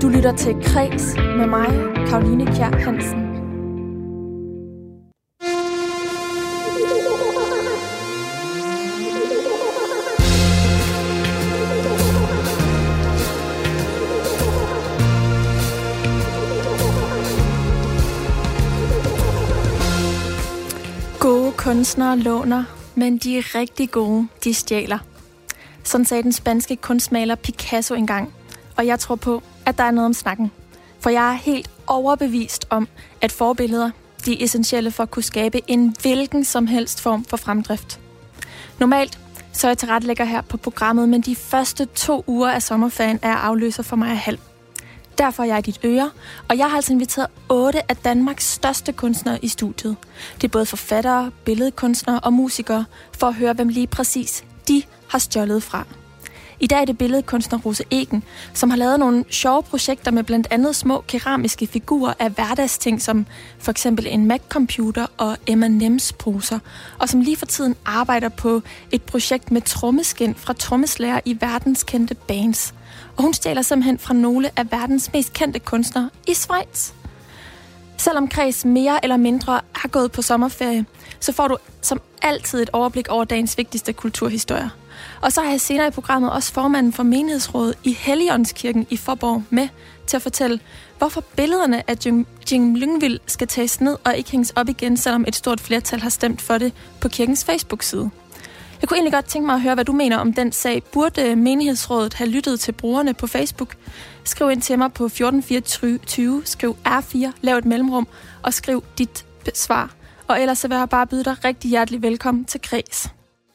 Du lytter til Kreds med mig, Caroline Kjær Hansen. Gode kunstnere låner, men de er rigtig gode, de stjæler. Sådan sagde den spanske kunstmaler Picasso engang. Og jeg tror på, at der er noget om snakken. For jeg er helt overbevist om, at forbilleder de er essentielle for at kunne skabe en hvilken som helst form for fremdrift. Normalt så er jeg tilrettelægger her på programmet, men de første 2 uger af sommerferien er afløser for mig af halv. Derfor er jeg i dit øre, og jeg har altså inviteret 8 af Danmarks største kunstnere i studiet. Det er både forfattere, billedkunstnere og musikere, for at høre, hvem lige præcis de har stjålet fra. I dag er det billedkunstner Rose Egen, som har lavet nogle sjove projekter med blandt andet små keramiske figurer af hverdagsting, som for eksempel en Mac-computer og M&M's poser, og som lige for tiden arbejder på et projekt med trommeskin fra trommeslager i verdenskendte bands. Og hun stjæler simpelthen fra nogle af verdens mest kendte kunstnere i Schweiz. Selvom Kreds mere eller mindre er gået på sommerferie, så får du som altid et overblik over dagens vigtigste kulturhistorier. Og så har jeg senere i programmet også formanden for menighedsrådet i Helligåndskirken i Faaborg med til at fortælle, hvorfor billederne af Jim Lyngvild skal tages ned og ikke hænges op igen, selvom et stort flertal har stemt for det på kirkens Facebook-side. Jeg kunne egentlig godt tænke mig at høre, hvad du mener om den sag. Burde menighedsrådet have lyttet til brugerne på Facebook? Skriv ind til mig på 1424, skriv R4, lav et mellemrum og skriv dit svar. Og ellers så vil jeg bare byde dig rigtig hjertelig velkommen til Kreds.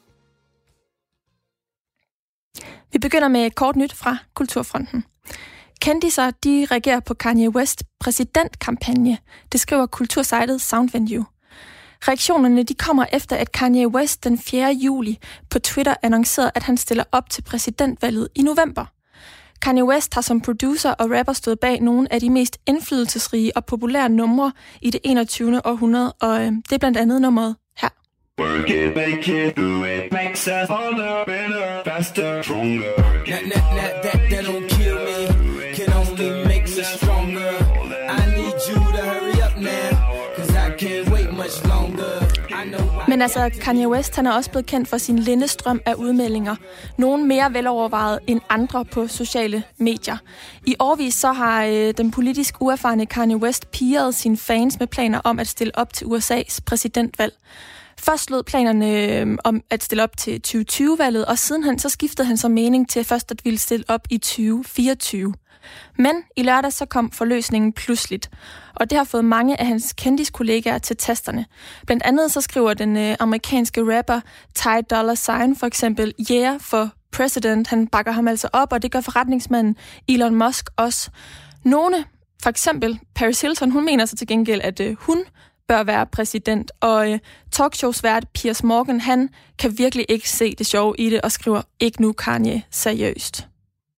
Vi begynder med kort nyt fra Kulturfronten. Kendiser, de reagerer på Kanye West præsidentkampagne. Det skriver kultursejtet Soundvenue. Reaktionerne de kommer efter, at Kanye West den 4. juli på Twitter annoncerede, at han stiller op til præsidentvalget i november. Kanye West har som producer og rapper stået bag nogle af de mest indflydelsesrige og populære numre i det 21. århundrede, og det er blandt andet nummeret her. Work it, make it, do it, makes us harder, better, faster, stronger. That don't kill me, can only make me stronger. I need you to hurry up now, cause I can't wait much longer. Men altså, Kanye West han er også blevet kendt for sin lindestrøm af udmeldinger. Nogle mere velovervejet end andre på sociale medier. I årevis så har den politisk uerfarne Kanye West pirret sine fans med planer om at stille op til USA's præsidentvalg. Først lød planerne om at stille op til 2020-valget, og sidenhen så skiftede han så mening til først at ville stille op i 2024. Men i lørdag så kom forløsningen pludseligt, og det har fået mange af hans kendiskollegaer til tasterne. Blandt andet så skriver den amerikanske rapper Ty Dolla $ign for eksempel "Yeah" for president. Han bakker ham altså op, og det gør forretningsmanden Elon Musk også. Nogle, for eksempel Paris Hilton, hun mener så til gengæld, at hun bør være præsident, og talkshowsvært Piers Morgan, han kan virkelig ikke se det sjove i det og skriver "Ikke nu, Kanye, seriøst".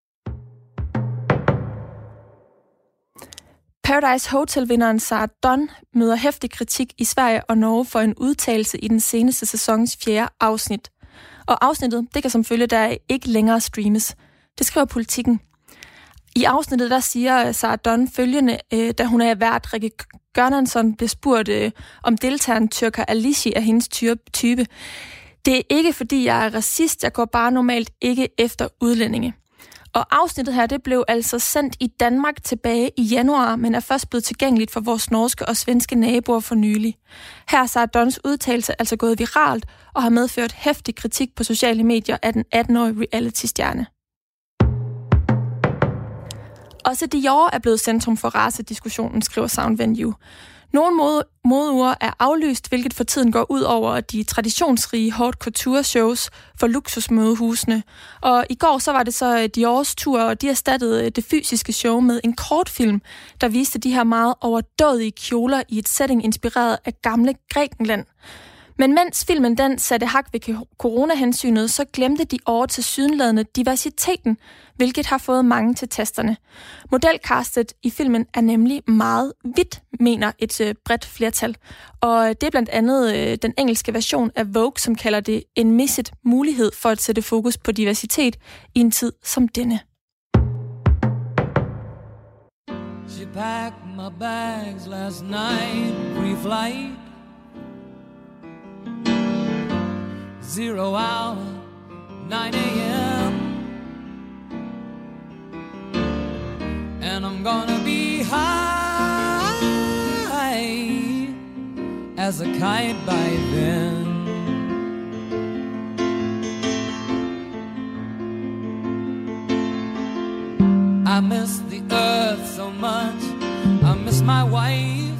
Paradise Hotel-vinderen Sara Don møder heftig kritik i Sverige og Norge for en udtalelse i den seneste sæsons 4. afsnit. Og afsnittet, det kan som følge deraf ikke længere streames. Det skriver Politikken. I afsnittet, der siger Sara Don følgende, da hun er vært Rikke Göransson blev spurgt, om deltageren Tyrka Alici er hendes type. "Det er ikke, fordi jeg er racist, jeg går bare normalt ikke efter udlændinge." Og afsnittet her, det blev altså sendt i Danmark tilbage i januar, men er først blevet tilgængeligt for vores norske og svenske naboer for nylig. Her er Sara Dons udtalelse altså gået viralt og har medført heftig kritik på sociale medier af den 18-årige reality-stjerne. Også Dior er blevet centrum for racediskussionen, skriver Soundvenue. Nogle modeuger er aflyst, hvilket for tiden går ud over de traditionsrige haute couture shows for luksusmødehusene. Og i går så var det så Diors tur, og de erstattede det fysiske show med en kortfilm, der viste de her meget overdådige kjoler i et setting inspireret af gamle Grækenland. Men mens filmen den satte hak ved coronahensynet, så glemte de over til sydenladende diversiteten, hvilket har fået mange til tasterne. Modelcastet i filmen er nemlig meget hvidt, mener et bredt flertal. Og det er blandt andet den engelske version af Vogue, som kalder det en misset mulighed for at sætte fokus på diversitet i en tid som denne. packed my bags last night, pre-flight. 0 hour, 9 a.m. And I'm gonna be high as a kite by then. I miss the earth so much, I miss my wife.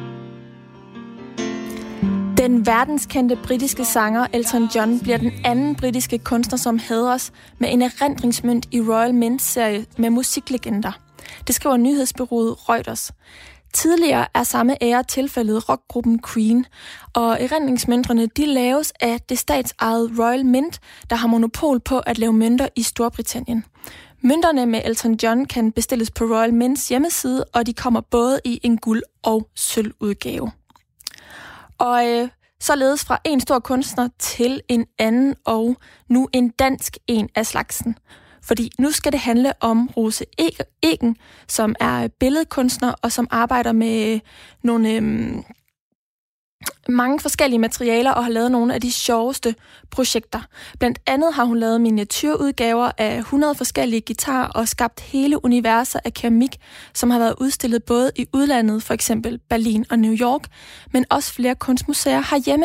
Den verdenskendte britiske sanger Elton John bliver den anden britiske kunstner, som hædres med en erindringsmønt i Royal Mint-serie med musiklegender. Det skriver nyhedsbureauet Reuters. Tidligere er samme ære tilfældet rockgruppen Queen, og erindringsmønterne de laves af det statsejede Royal Mint, der har monopol på at lave mønter i Storbritannien. Mønterne med Elton John kan bestilles på Royal Mints hjemmeside, og de kommer både i en guld- og sølvudgave. Og således fra en stor kunstner til en anden, og nu en dansk en af slagsen. Fordi nu skal det handle om Rose Egen, som er billedkunstner og som arbejder med nogle mange forskellige materialer og har lavet nogle af de sjoveste projekter. Blandt andet har hun lavet miniatyrudgaver af 100 forskellige guitarer og skabt hele universer af keramik, som har været udstillet både i udlandet, for eksempel Berlin og New York, men også flere kunstmuseer herhjemme.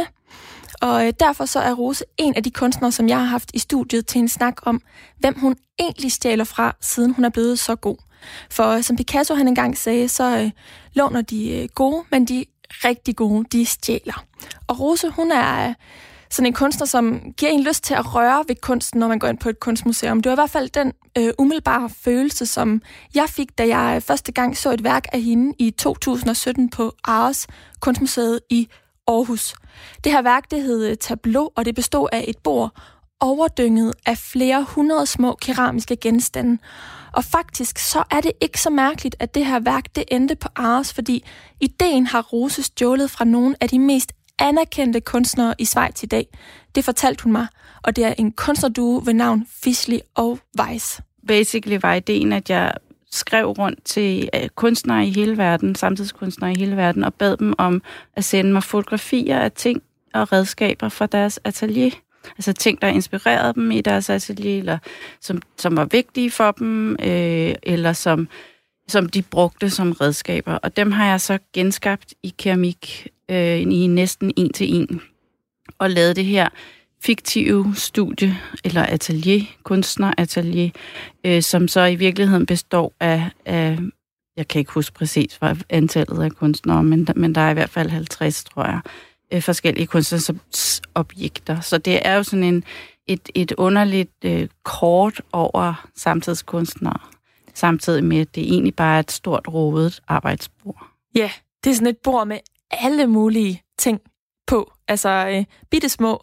Og derfor så er Rose en af de kunstnere, som jeg har haft i studiet til en snak om, hvem hun egentlig stjæler fra, siden hun er blevet så god. For som Picasso han engang sagde, så låner de gode, men de rigtig gode, de stjæler. Og Rose, hun er sådan en kunstner, som giver en lyst til at røre ved kunsten, når man går ind på et kunstmuseum. Det var i hvert fald den umiddelbare følelse, som jeg fik, da jeg første gang så et værk af hende i 2017 på Ars Kunstmuseet i Aarhus. Det her værk, det hed Tableau, og det bestod af et bord overdynget af flere hundrede små keramiske genstande. Og faktisk så er det ikke så mærkeligt, at det her værk det endte på Ars, fordi ideen har Rose stjålet fra nogle af de mest anerkendte kunstnere i Schweiz i dag. Det fortalte hun mig, og det er en kunstnerduo ved navn Fischli og Weiss. Basically var ideen, at jeg skrev rundt til kunstnere i hele verden, samtidskunstnere i hele verden, og bad dem om at sende mig fotografier af ting og redskaber fra deres atelier. Altså ting, der inspirerede dem i deres atelier, eller som var vigtige for dem, eller som de brugte som redskaber. Og dem har jeg så genskabt i keramik i næsten 1-1, og lavet det her fiktive studie, eller atelier, kunstneratelier, som så i virkeligheden består af jeg kan ikke huske præcis hvad antallet af kunstnere, men der er i hvert fald 50, tror jeg, forskellige kunstnerobjekter. Så det er jo sådan et underligt kort over samtidskunstnere, samtidig med, at det egentlig bare er et stort rodet arbejdsbord. Ja, det er sådan et bord med alle mulige ting på. Altså bittesmå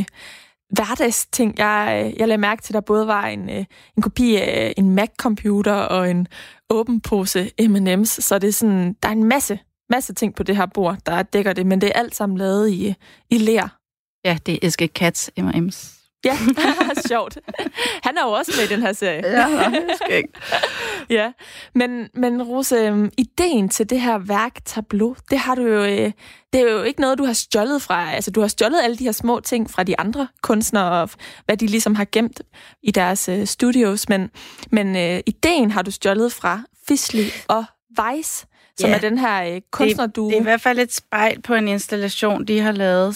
hverdagsting. Jeg lagde mærke til, at der både var en kopi af en Mac-computer og en åben pose M&M's, så det er sådan, der er en masse ting på det her bord, der dækker det, men det er alt sammen lavet i ler. Ja, det er Eske Katz M&M's. Ja, sjovt. Han er jo også med i den her serie. Ja, det er skægt. Ja, men Rose, ideen til det her værk Tableau, det har du jo, det er jo ikke noget, du har stjålet fra. Altså, du har stjålet alle de her små ting fra de andre kunstnere, og hvad de ligesom har gemt i deres studios, men ideen har du stjålet fra Fischli og Weiss, som er den her kunstnerduo. Det er i hvert fald et spejl på en installation, de har lavet,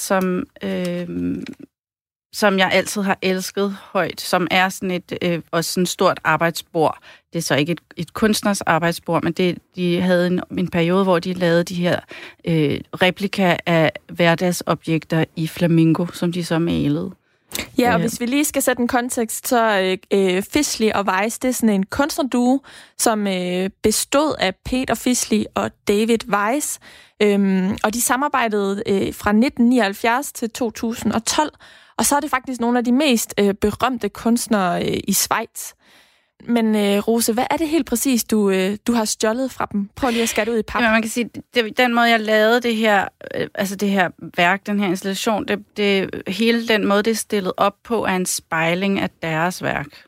som jeg altid har elsket højt, som er sådan også sådan et stort arbejdsbord. Det er så ikke et kunstners arbejdsbord, men de havde en periode, hvor de lavede de her replika af hverdagsobjekter i flamingo, som de så malede. Ja, og hvis vi lige skal sætte en kontekst, så Fischli og Weiss, det er sådan en kunstnerduo, som bestod af Peter Fischli og David Weiss. Og de samarbejdede fra 1979 til 2012, og så er det faktisk nogle af de mest berømte kunstnere i Schweiz. Men Rose, hvad er det helt præcis, du har stjålet fra dem? Prøv lige at skære det ud i pap. Ja, man kan sige, den måde, jeg lavede det her, altså det her værk, den her installation, hele den måde, det er stillet op på, er en spejling af deres værk.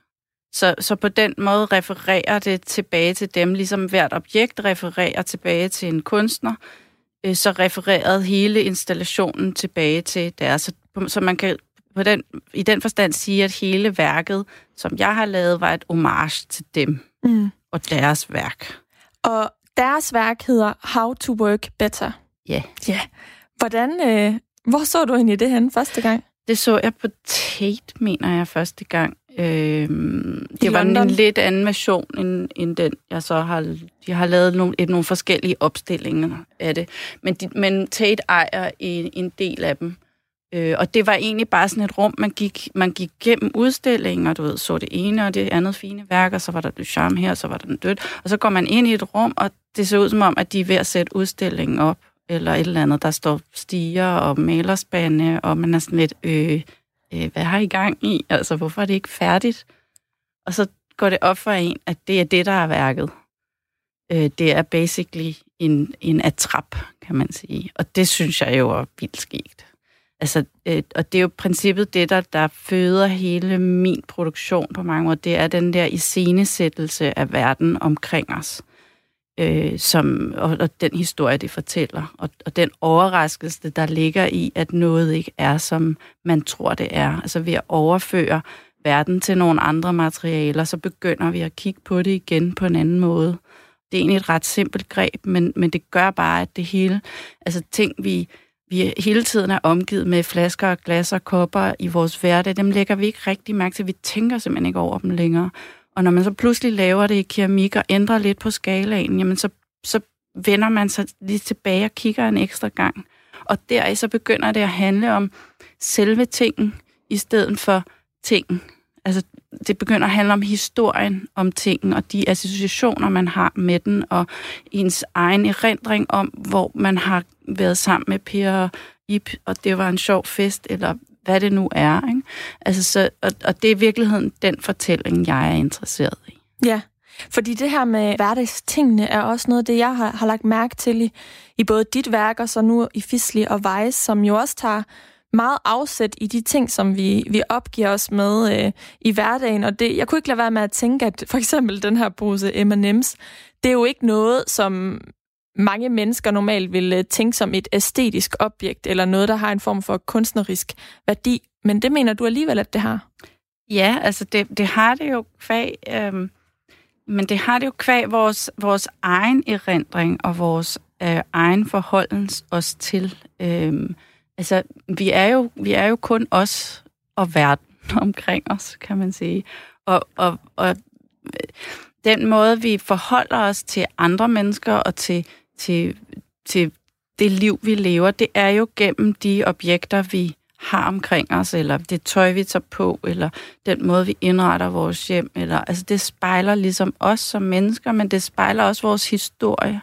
Så på den måde refererer det tilbage til dem, ligesom hvert objekt refererer tilbage til en kunstner, så refererede hele installationen tilbage til deres. Så man kan i den forstand sige, at hele værket, som jeg har lavet, var et homage til dem og deres værk. Og deres værk hedder How to Work Better. Ja. Ja. Hvor så du egentlig det henne første gang? Det så jeg på Tate, mener jeg, første gang. Det var en lidt anden version end den, jeg så har. De har lavet nogle forskellige opstillinger af det. Men Tate ejer en del af dem. Og det var egentlig bare sådan et rum, man gik gennem udstillingen, og du ved, så det ene og det andet fine værk, og så var der Duchamp her, og så var der den død. Og så går man ind i et rum, og det ser ud som om, at de er ved at sætte udstillingen op, eller et eller andet. Der står stiger og malerspande, og man er sådan lidt, hvad har I gang i? Altså, hvorfor er det ikke færdigt? Og så går det op for en, at det er det, der er værket. Det er basically en attrap, kan man sige. Og det synes jeg jo er vildt skægt. Altså, og det er jo princippet det, der føder hele min produktion på mange måder. Det er den der iscenesættelse af verden omkring os. Og den historie, det fortæller. Og den overraskelse, der ligger i, at noget ikke er, som man tror, det er. Altså ved at overføre verden til nogle andre materialer, så begynder vi at kigge på det igen på en anden måde. Det er egentlig et ret simpelt greb, men det gør bare, at det hele, altså ting, vi hele tiden er omgivet med flasker og glas og kopper i vores hverdag, dem lægger vi ikke rigtig mærke til. Vi tænker simpelthen ikke over dem længere. Og når man så pludselig laver det i keramik og ændrer lidt på skalaen, jamen så vender man sig lige tilbage og kigger en ekstra gang. Og deraf så begynder det at handle om selve tingen i stedet for tingen. Altså det begynder at handle om historien om tingen og de associationer, man har med den, og ens egen erindring om, hvor man har været sammen med Per og Ib, og det var en sjov fest, eller hvad det nu er. Ikke? Altså, og det er i virkeligheden den fortælling, jeg er interesseret i. Ja, fordi det her med hverdagstingene er også noget, det jeg har lagt mærke til i både dit værk, og så nu i Fisli og Weiss, som jo også tager meget afsæt i de ting, som vi opgiver os med i hverdagen. Og det, jeg kunne ikke lade være med at tænke, at for eksempel den her pose M&M's, det er jo ikke noget, som mange mennesker normalt vil tænke som et æstetisk objekt, eller noget, der har en form for kunstnerisk værdi. Men det mener du alligevel, at det har? Ja, altså det har det jo kvæg, men det har det jo kvæg vores egen erindring og vores egen forholden os til. Altså, vi er jo kun os og verden omkring os, kan man sige. Og den måde, vi forholder os til andre mennesker og til det liv, vi lever, det er jo gennem de objekter, vi har omkring os, eller det tøj, vi tager på, eller den måde, vi indretter vores hjem. Altså, det spejler ligesom os som mennesker, men det spejler også vores historie.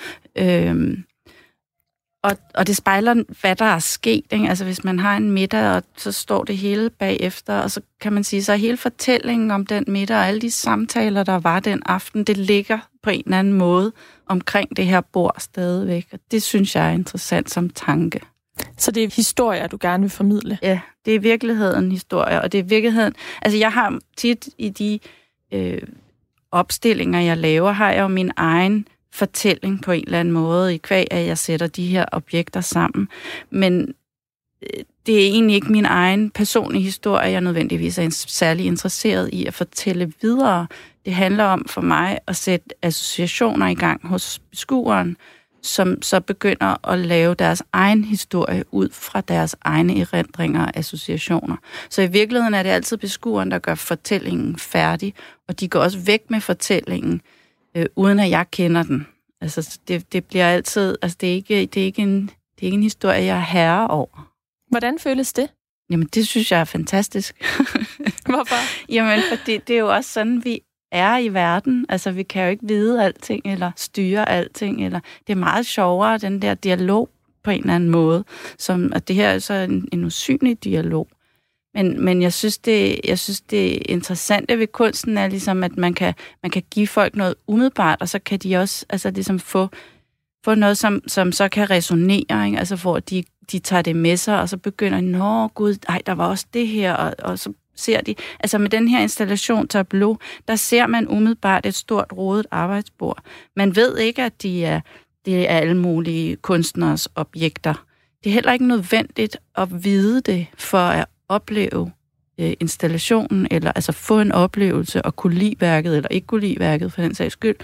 Og det spejler, hvad der er sket. Ikke? Altså, hvis man har en middag, og så står det hele bagefter, og så kan man sige, så er hele fortællingen om den middag, og alle de samtaler, der var den aften, det ligger på en eller anden måde omkring det her bord stadigvæk. Og det synes jeg er interessant som tanke. Så det er historier, du gerne vil formidle? Ja, det er i virkeligheden historier, og det er i virkeligheden... Altså, jeg har tit i de opstillinger, jeg laver, har jeg jo min egen fortælling på en eller anden måde, i kvæg af, at jeg sætter de her objekter sammen. Men det er egentlig ikke min egen personlige historie, jeg nødvendigvis er særlig interesseret i at fortælle videre. Det handler om for mig at sætte associationer i gang hos beskueren, som så begynder at lave deres egen historie ud fra deres egne erindringer og associationer. Så i virkeligheden er det altid beskueren, der gør fortællingen færdig, og de går også væk med fortællingen, uden at jeg kender den. Altså, det bliver altid... Altså, det er ikke en historie, jeg er herre over. Hvordan føles det? Jamen, det synes jeg er fantastisk. Hvorfor? Jamen, fordi det er jo også sådan, vi er i verden. Altså, vi kan jo ikke vide alting, eller styre alting, eller... Det er meget sjovere, den der dialog på en eller anden måde, at det her er så en usynlig dialog. Men jeg synes, det interessante ved kunsten er ligesom, at man kan give folk noget umiddelbart, og så kan de også altså ligesom få noget, som så kan resonere, ikke? Altså hvor de tager det med sig, og så begynder, nå gud, ej, der var også det her, og så ser de. Altså med den her installation Tableau, der ser man umiddelbart et stort rodet arbejdsbord. Man ved ikke, at det er alle mulige kunstneres objekter. Det er heller ikke nødvendigt at vide det for at opleve installationen, eller altså få en oplevelse og kunne lide værket, eller ikke kunne lide værket for den sags skyld.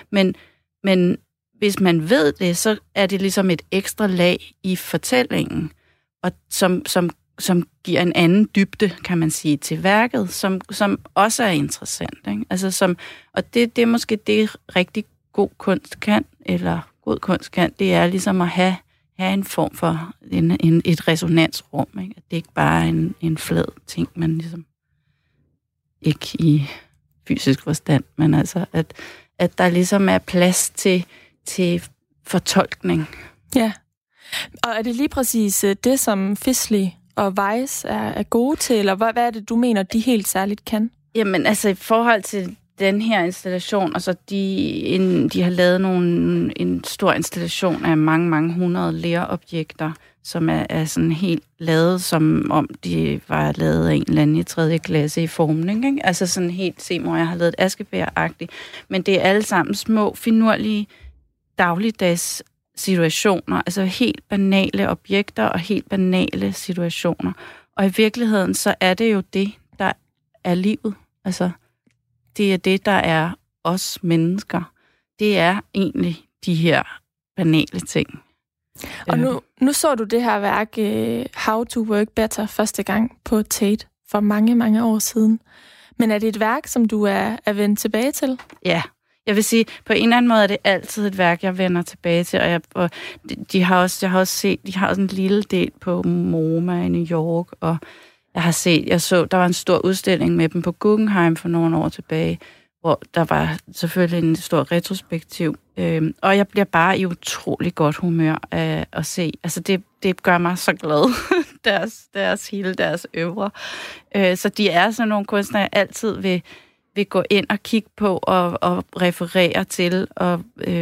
Men hvis man ved det, så er det ligesom et ekstra lag i fortællingen, og som giver en anden dybde, kan man sige, til værket, som også er interessant. Ikke? Altså og det er måske det rigtig god kunst kan, eller god kunst kan, det er ligesom at have en form for et resonansrum. Ikke? At det ikke bare er en flad ting, man ligesom ikke i fysisk forstand, men altså, at der ligesom er plads til fortolkning. Ja, og er det lige præcis det, som Fisley og Weiss er gode til, eller hvad er det, du mener, de helt særligt kan? Jamen, altså i forhold til den her installation, altså de har lavet en stor installation af mange hundrede lerobjekter, som er sådan helt lavet, som om de var lavet af en eller anden i 3. klasse i formning. Ikke? Altså sådan helt, se hvor jeg har lavet et askebær-agtigt. Men det er alle sammen små, finurlige, dagligdags situationer, altså helt banale objekter og helt banale situationer. Og i virkeligheden, så er det jo det, der er livet. Altså, det er det, der er os mennesker. Det er egentlig de her banale ting. Og nu så du det her værk, How to Work Better, første gang på Tate for mange år siden. Men er det et værk, som du er vendt tilbage til? Ja. Jeg vil sige, på en eller anden måde er det altid et værk, jeg vender tilbage til, og jeg har også set, de har også en lille del på MoMA i New York, og jeg så, der var en stor udstilling med dem på Guggenheim for nogle år tilbage, hvor der var selvfølgelig en stor retrospektiv, og jeg bliver bare i utrolig godt humør af at se. Altså det gør mig så glad, hele deres øvre. Så de er sådan nogle kunstnere, jeg altid vil gå ind og kigge på og referere til, og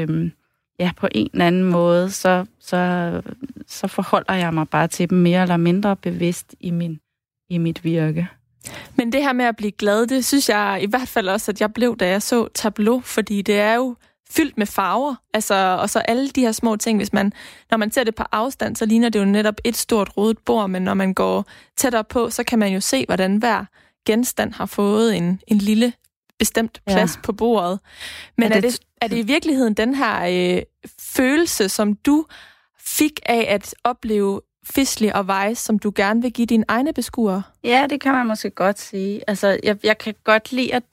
på en eller anden måde, så forholder jeg mig bare til dem mere eller mindre bevidst i mit virke. Men det her med at blive glad, det synes jeg i hvert fald også, at jeg blev, da jeg så Tableau, fordi det er jo fyldt med farver, altså, og så alle de her små ting, når man ser det på afstand, så ligner det jo netop et stort rodet bord, men når man går tættere på, så kan man jo se, hvordan hver genstand har fået en lille bestemt plads på bordet. Men er det i virkeligheden den her følelse, som du fik af at opleve Fisley og Weiss, som du gerne vil give dine egne beskuere? Ja, det kan man måske godt sige. Altså, jeg kan godt lide, at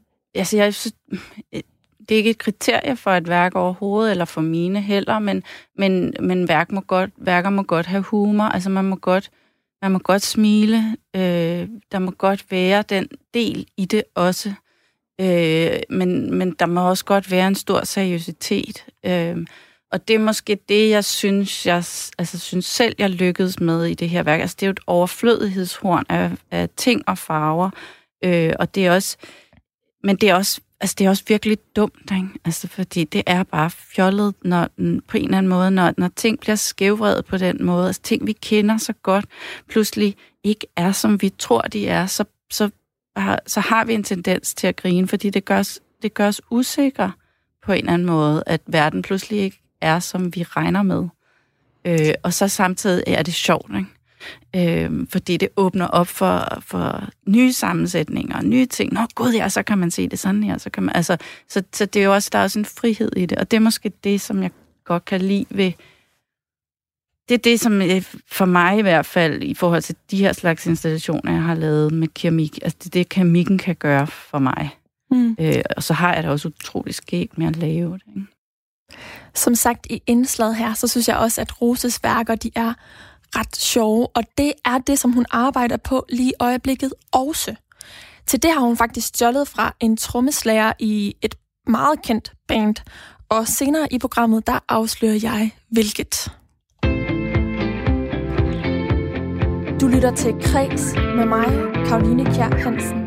det er ikke et kriterie for et værk overhovedet, eller for mine heller, men værker må godt have humor. Altså, man må godt smile. Der må godt være den del i det også. Men der må også godt være en stor seriøsitet. Og det er måske det, jeg synes selv, jeg lykkedes med i det her værk. Altså, det er jo et overflødighedshorn af ting og farver. Og det er også... Men det er også virkelig dumt, ikke? Altså, fordi det er bare fjollet, når, på en eller anden måde, når ting bliver skævvredet på den måde. Altså, ting, vi kender så godt, pludselig ikke er, som vi tror, de er, så har vi en tendens til at grine, fordi det gør os usikre på en eller anden måde, at verden pludselig ikke er, som vi regner med. Og så samtidig er det sjovt, ikke? Fordi det åbner op for nye sammensætninger og nye ting. Nå gud, ja, så kan man se det sådan her. Så kan man, altså, så det er jo også, der er også en frihed i det, og det er måske det, som jeg godt kan lide ved... Det er det, som for mig i hvert fald, i forhold til de her slags installationer, jeg har lavet med keramik, altså det keramikken kan gøre for mig. Og så har jeg da også utrolig skægt med at lave det, ikke? Som sagt i indslaget her, så synes jeg også, at Roses værker, de er ret sjove, og det er det, som hun arbejder på lige i øjeblikket også. Til det har hun faktisk stjålet fra en trommeslager i et meget kendt band, og senere i programmet, der afslører jeg hvilket. Du lytter til Kreds med mig, Caroline Kjær Hansen.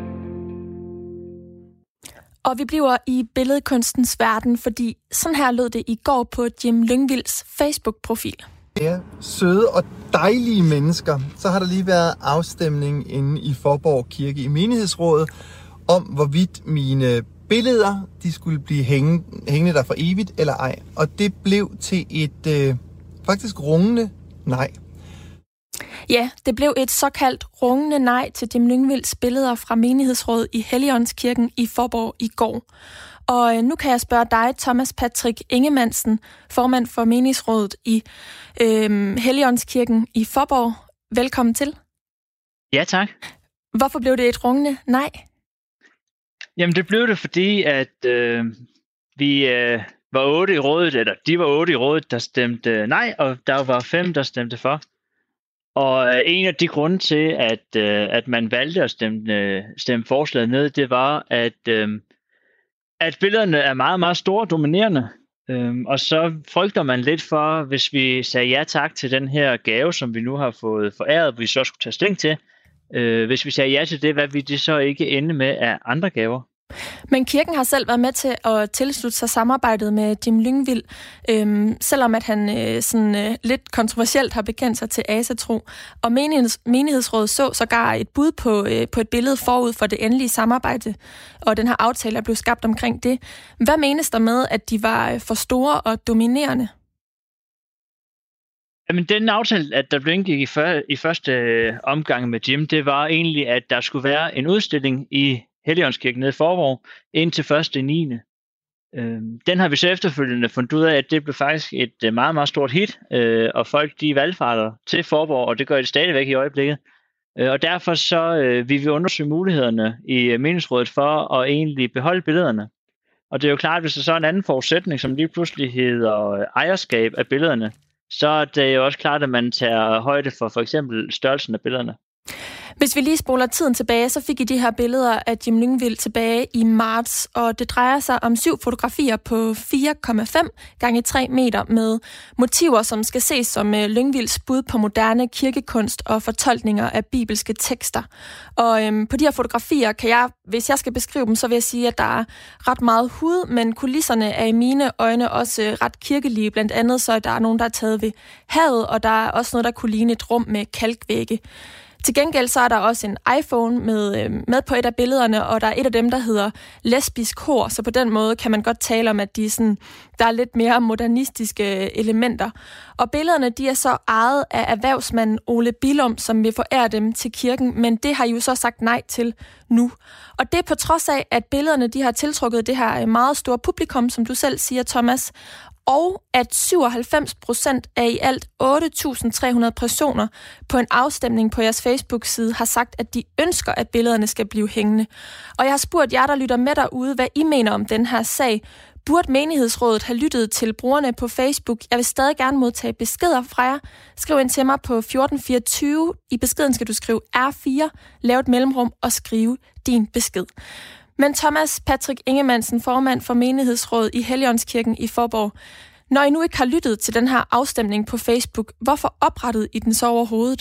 Og vi bliver i billedkunstens verden, fordi sådan her lød det i går på Jim Lyngvilds Facebook-profil. Ja, søde og dejlige mennesker, så har der lige været afstemning inde i Faaborg Kirke i menighedsrådet om, hvorvidt mine billeder, de skulle blive hængende der for evigt eller ej. Og det blev til et faktisk rungende nej. Ja, det blev et såkaldt rungende nej til Jim Lyngvilds billeder fra menighedsrådet i Helligåndskirken i Faaborg i går. Og nu kan jeg spørge dig, Thomas Patrick Ingemansen, formand for menighedsrådet i Helligåndskirken i Faaborg. Velkommen til. Ja, tak. Hvorfor blev det et rungende nej? Jamen, det blev det, fordi at vi var 8 i rådet, eller de var 8 i rådet, der stemte nej, og der var 5, der stemte for. Og en af de grunde til, at man valgte at stemme forslaget ned, det var, at billederne er meget, meget store og dominerende. Og så frygter man lidt for, hvis vi sagde ja tak til den her gave, som vi nu har fået foræret, vi så skulle tage stilling til. Hvis vi sagde ja til det, hvad vil det så ikke ende med af andre gaver? Men kirken har selv været med til at tilslutte sig samarbejdet med Jim Lyngvild, selvom at han lidt kontroversielt har bekendt sig til asatro. Og menighedsrådet så sågar et bud på et billede forud for det endelige samarbejde, og den her aftale er blevet skabt omkring det. Hvad menes der med, at de var for store og dominerende? Jamen, den aftale, at der blev indgik i første omgang med Jim, det var egentlig, at der skulle være en udstilling i Helligåndskirken nede i Faaborg indtil 1.9. Den har vi så efterfølgende fundet ud af, at det blev faktisk et meget, meget stort hit, og folk de valgfarter til Faaborg, og det gør de stadigvæk i øjeblikket. Og derfor så vil vi undersøge mulighederne i menighedsrådet for at egentlig beholde billederne. Og det er jo klart, hvis der så er en anden forudsætning, som lige pludselig hedder ejerskab af billederne, så er det jo også klart, at man tager højde for eksempel størrelsen af billederne. Hvis vi lige spoler tiden tilbage, så fik I de her billeder af Jim Lyngvild tilbage i marts, og det drejer sig om 7 fotografier på 4,5 gange 3 meter med motiver, som skal ses som Lyngvilds bud på moderne kirkekunst og fortolkninger af bibelske tekster. Og på de her fotografier kan jeg, hvis jeg skal beskrive dem, så vil jeg sige, at der er ret meget hud, men kulisserne er i mine øjne også ret kirkelige. Blandt andet så er der nogen, der er taget ved havet, og der er også noget, der kunne ligne et rum med kalkvægge. Til gengæld så er der også en iPhone med på et af billederne, og der er et af dem, der hedder lesbisk hår, så på den måde kan man godt tale om, at der er lidt mere modernistiske elementer. Og billederne de er så ejet af erhvervsmanden Ole Billum, som vil forære dem til kirken, men det har I jo så sagt nej til nu. Og det er på trods af, at billederne de har tiltrukket det her meget store publikum, som du selv siger, Thomas, og at 97% af i alt 8.300 personer på en afstemning på jeres Facebook-side har sagt, at de ønsker, at billederne skal blive hængende. Og jeg har spurgt jer, der lytter med derude, hvad I mener om den her sag. Burde menighedsrådet have lyttet til brugerne på Facebook? Jeg vil stadig gerne modtage beskeder fra jer. Skriv ind til mig på 1424. I beskeden skal du skrive R4, lave et mellemrum og skrive din besked. Men Thomas Patrick Ingemansen, formand for menighedsrådet i Helligåndskirken i Faaborg. Når I nu ikke har lyttet til den her afstemning på Facebook, hvorfor oprettede I den så overhovedet?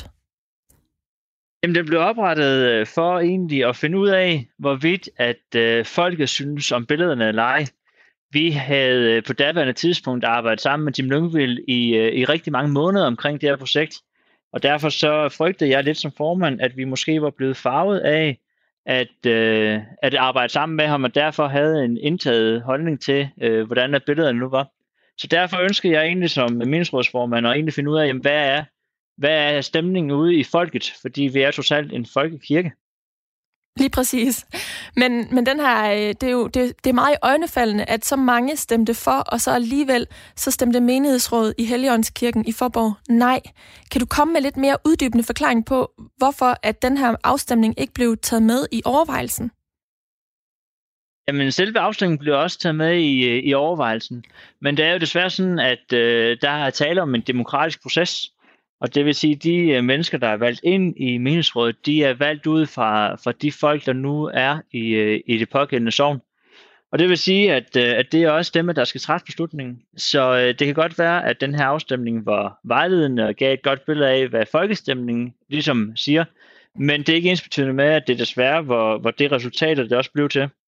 Jamen, den blev oprettet for egentlig at finde ud af, hvorvidt at folket synes om billederne eller ej. Vi havde på daværende tidspunkt arbejdet sammen med Jim Lyngvild i rigtig mange måneder omkring det her projekt. Og derfor så frygtede jeg lidt som formand, at vi måske var blevet farvet af at arbejde sammen med ham, og derfor havde en indtaget holdning til, hvordan billederne nu var. Så derfor ønsker jeg egentlig som menighedsrådsformand at egentlig finde ud af, jamen, hvad er stemningen ude i folket, fordi vi er totalt en folkekirke. Lige præcis. Men den her, det er meget øjnefaldende, at så mange stemte for, og så alligevel så stemte menighedsrådet i Helligåndskirken i Faaborg nej. Kan du komme med lidt mere uddybende forklaring på, hvorfor at den her afstemning ikke blev taget med i overvejelsen? Jamen, selve afstemningen blev også taget med i overvejelsen. Men det er jo desværre sådan, at der er tale om en demokratisk proces. Og det vil sige, at de mennesker, der er valgt ind i menighedsrådet, de er valgt ud fra de folk, der nu er i det pågældende sogn. Og det vil sige, at det er også dem, der skal træffe beslutningen. Så det kan godt være, at den her afstemning var vejledende og gav et godt billede af, hvad folkestemningen ligesom siger. Men det er ikke ensbetydende med, at det desværre var det resultat, det også blev til.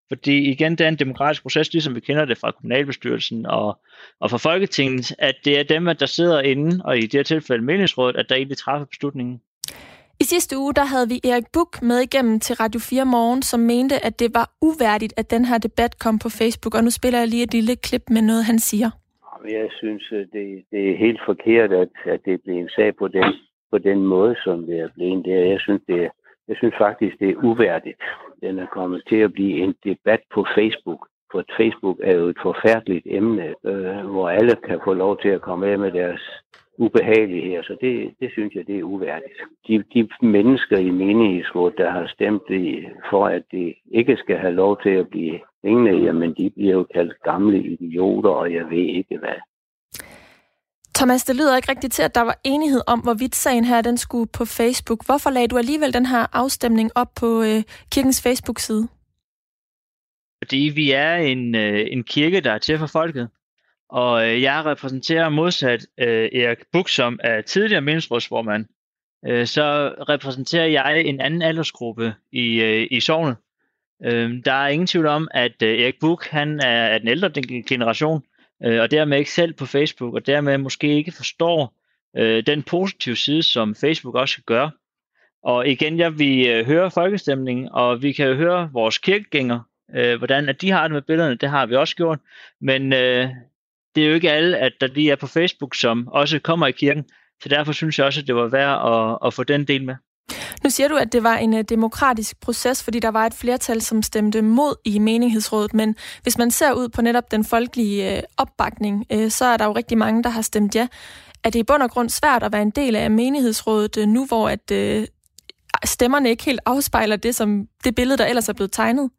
Fordi igen, det er en demokratisk proces, ligesom vi kender det fra kommunalbestyrelsen og fra Folketinget, at det er dem, der sidder inde, og i det her tilfælde menighedsrådet, at der egentlig træffer beslutningen. I sidste uge, der havde vi Erik Buch med igennem til Radio 4 Morgen, som mente, at det var uværdigt, at den her debat kom på Facebook. Og nu spiller jeg lige et lille klip med noget, han siger. Jeg synes, det er helt forkert, at det bliver en sag på den måde, som det er blevet der. Jeg synes faktisk, det er uværdigt. Den er kommet til at blive en debat på Facebook. For Facebook er jo et forfærdeligt emne, hvor alle kan få lov til at komme af med deres ubehageligheder. Så det synes jeg, det er uværdigt. De mennesker i menighedsrådet, der har stemt for, at det ikke skal have lov til at blive hængende, jamen de bliver jo kaldt gamle idioter, og jeg ved ikke hvad. Thomas, det lyder ikke rigtigt til, at der var enighed om, hvorvidt sagen her den skulle på Facebook. Hvorfor lagde du alligevel den her afstemning op på kirkens Facebook-side? Fordi vi er en kirke, der er til for folket. Og jeg repræsenterer modsat Erik Buch, som er tidligere menighedsrådsformand. Så repræsenterer jeg en anden aldersgruppe i sognet. Der er ingen tvivl om, at Erik Buch han er den ældre generation, og dermed ikke selv på Facebook, og dermed måske ikke forstår den positive side, som Facebook også kan gøre. Og igen, vi hører folkestemningen, og vi kan jo høre vores kirkegængere, hvordan at de har det med billederne, det har vi også gjort. Men det er jo ikke alle, at der lige er på Facebook, som også kommer i kirken. Så derfor synes jeg også, at det var værd at få den del med. Nu siger du, at det var en demokratisk proces, fordi der var et flertal, som stemte mod i menighedsrådet. Men hvis man ser ud på netop den folkelige opbakning, så er der jo rigtig mange, der har stemt ja. Er det i bund og grund svært at være en del af menighedsrådet nu, hvor at stemmerne ikke helt afspejler det billede, der ellers er blevet tegnet?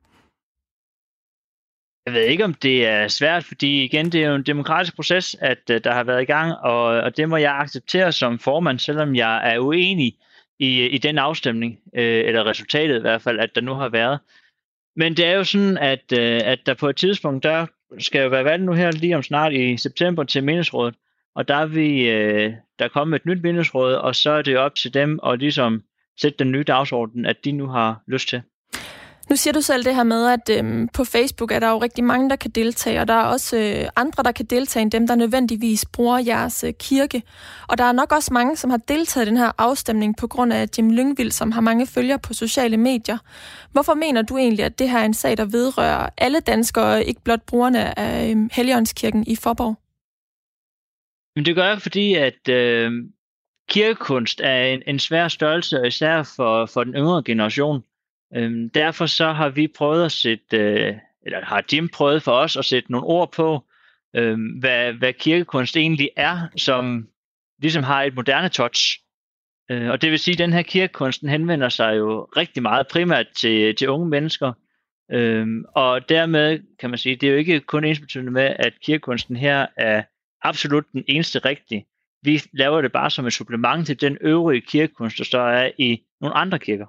Jeg ved ikke, om det er svært, fordi igen, det er jo en demokratisk proces, at der har været i gang, og det må jeg acceptere som formand, selvom jeg er uenig i den afstemning, eller resultatet i hvert fald, at der nu har været. Men det er jo sådan, at der på et tidspunkt, der skal jo være valgt nu her lige om snart i september til menighedsrådet, og der er kommet et nyt menighedsråd, og så er det op til dem at ligesom sætte den nye dagsorden, at de nu har lyst til. Nu siger du selv det her med, at på Facebook er der jo rigtig mange, der kan deltage, og der er også andre, der kan deltage end dem, der nødvendigvis bruger jeres kirke. Og der er nok også mange, som har deltaget i den her afstemning på grund af Jim Lyngvild, som har mange følgere på sociale medier. Hvorfor mener du egentlig, at det her er en sag, der vedrører alle danskere, ikke blot brugerne af Helligåndskirken i Faaborg? Men det gør jeg, fordi at kirkekunst er en svær størrelse, især for den yngre generation. Derfor så har vi prøvet at eller har Jim prøvet for os at sætte nogle ord på, hvad kirkekunst egentlig er, som ligesom har et moderne touch. Og det vil sige, at den her kirkekunsten henvender sig jo rigtig meget primært til unge mennesker. Og dermed kan man sige, det er jo ikke kun ensbetydende med, at kirkekunsten her er absolut den eneste rigtige. Vi laver det bare som et supplement til den øvrige kirkekunst, der så er i nogle andre kirker.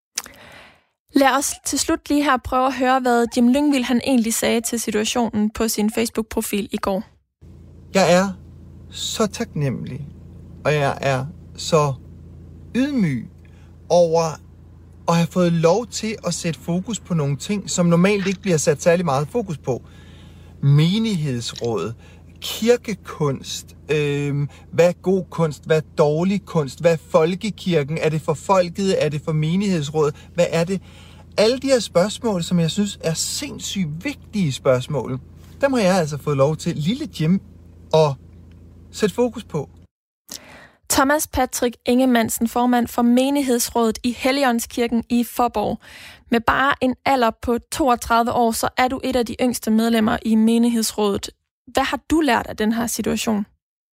Lad os til slut lige her prøve at høre, hvad Jim Lyngvild han egentlig sagde til situationen på sin Facebook-profil i går. Jeg er så taknemmelig, og jeg er så ydmyg over at have fået lov til at sætte fokus på nogle ting, som normalt ikke bliver sat særlig meget fokus på. Menighedsråd, kirkekunst, hvad er god kunst, hvad er dårlig kunst, hvad er folkekirken, er det for folket, er det for menighedsrådet, hvad er det? Alle de her spørgsmål, som jeg synes er sindssygt vigtige spørgsmål, dem har jeg altså fået lov til, lille Jim, at sætte fokus på. Thomas Patrick Ingemansen, formand for menighedsrådet i Helligåndskirken i Faaborg. Med bare en alder på 32 år, så er du et af de yngste medlemmer i menighedsrådet. Hvad har du lært af den her situation?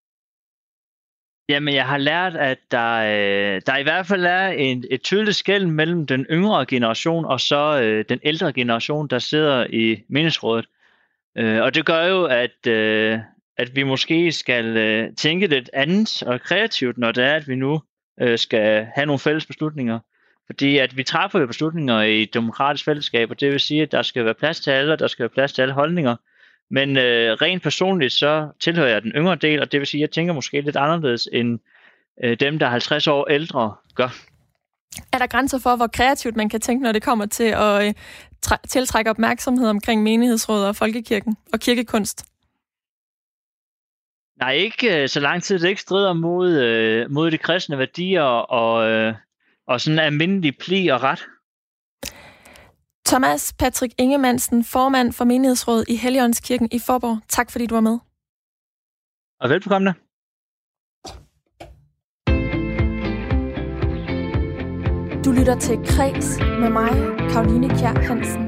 Jamen, jeg har lært, at der i hvert fald er et tydeligt skel mellem den yngre generation og så den ældre generation, der sidder i menighedsrådet. Og det gør jo, at vi måske skal tænke lidt andet og kreativt, når det er, at vi nu skal have nogle fælles beslutninger. Fordi at vi træffer jo beslutninger i et demokratisk fællesskab, og det vil sige, at der skal være plads til alle, og der skal være plads til alle holdninger. Men rent personligt, så tilhører jeg den yngre del, og det vil sige, at jeg tænker måske lidt anderledes, end dem, der er 50 år ældre, gør. Er der grænser for, hvor kreativt man kan tænke, når det kommer til at tiltrække opmærksomhed omkring menighedsråd og folkekirken og kirkekunst? Nej, ikke så lang tid. Det ikke strider mod de kristne værdier og sådan almindelig pli og ret. Thomas Patrick Ingemansen, formand for menighedsrådet i Helligåndskirken i Faaborg. Tak fordi du var med. Og velbekomme. Du lytter til Kreds med mig, Caroline Kjær Hansen.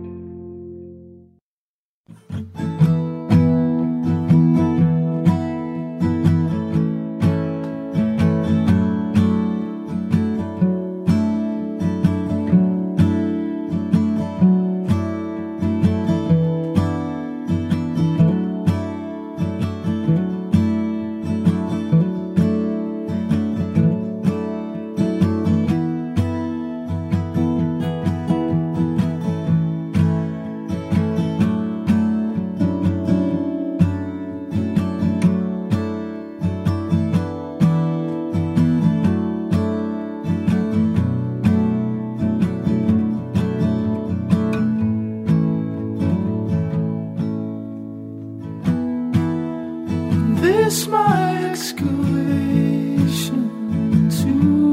This my excavation to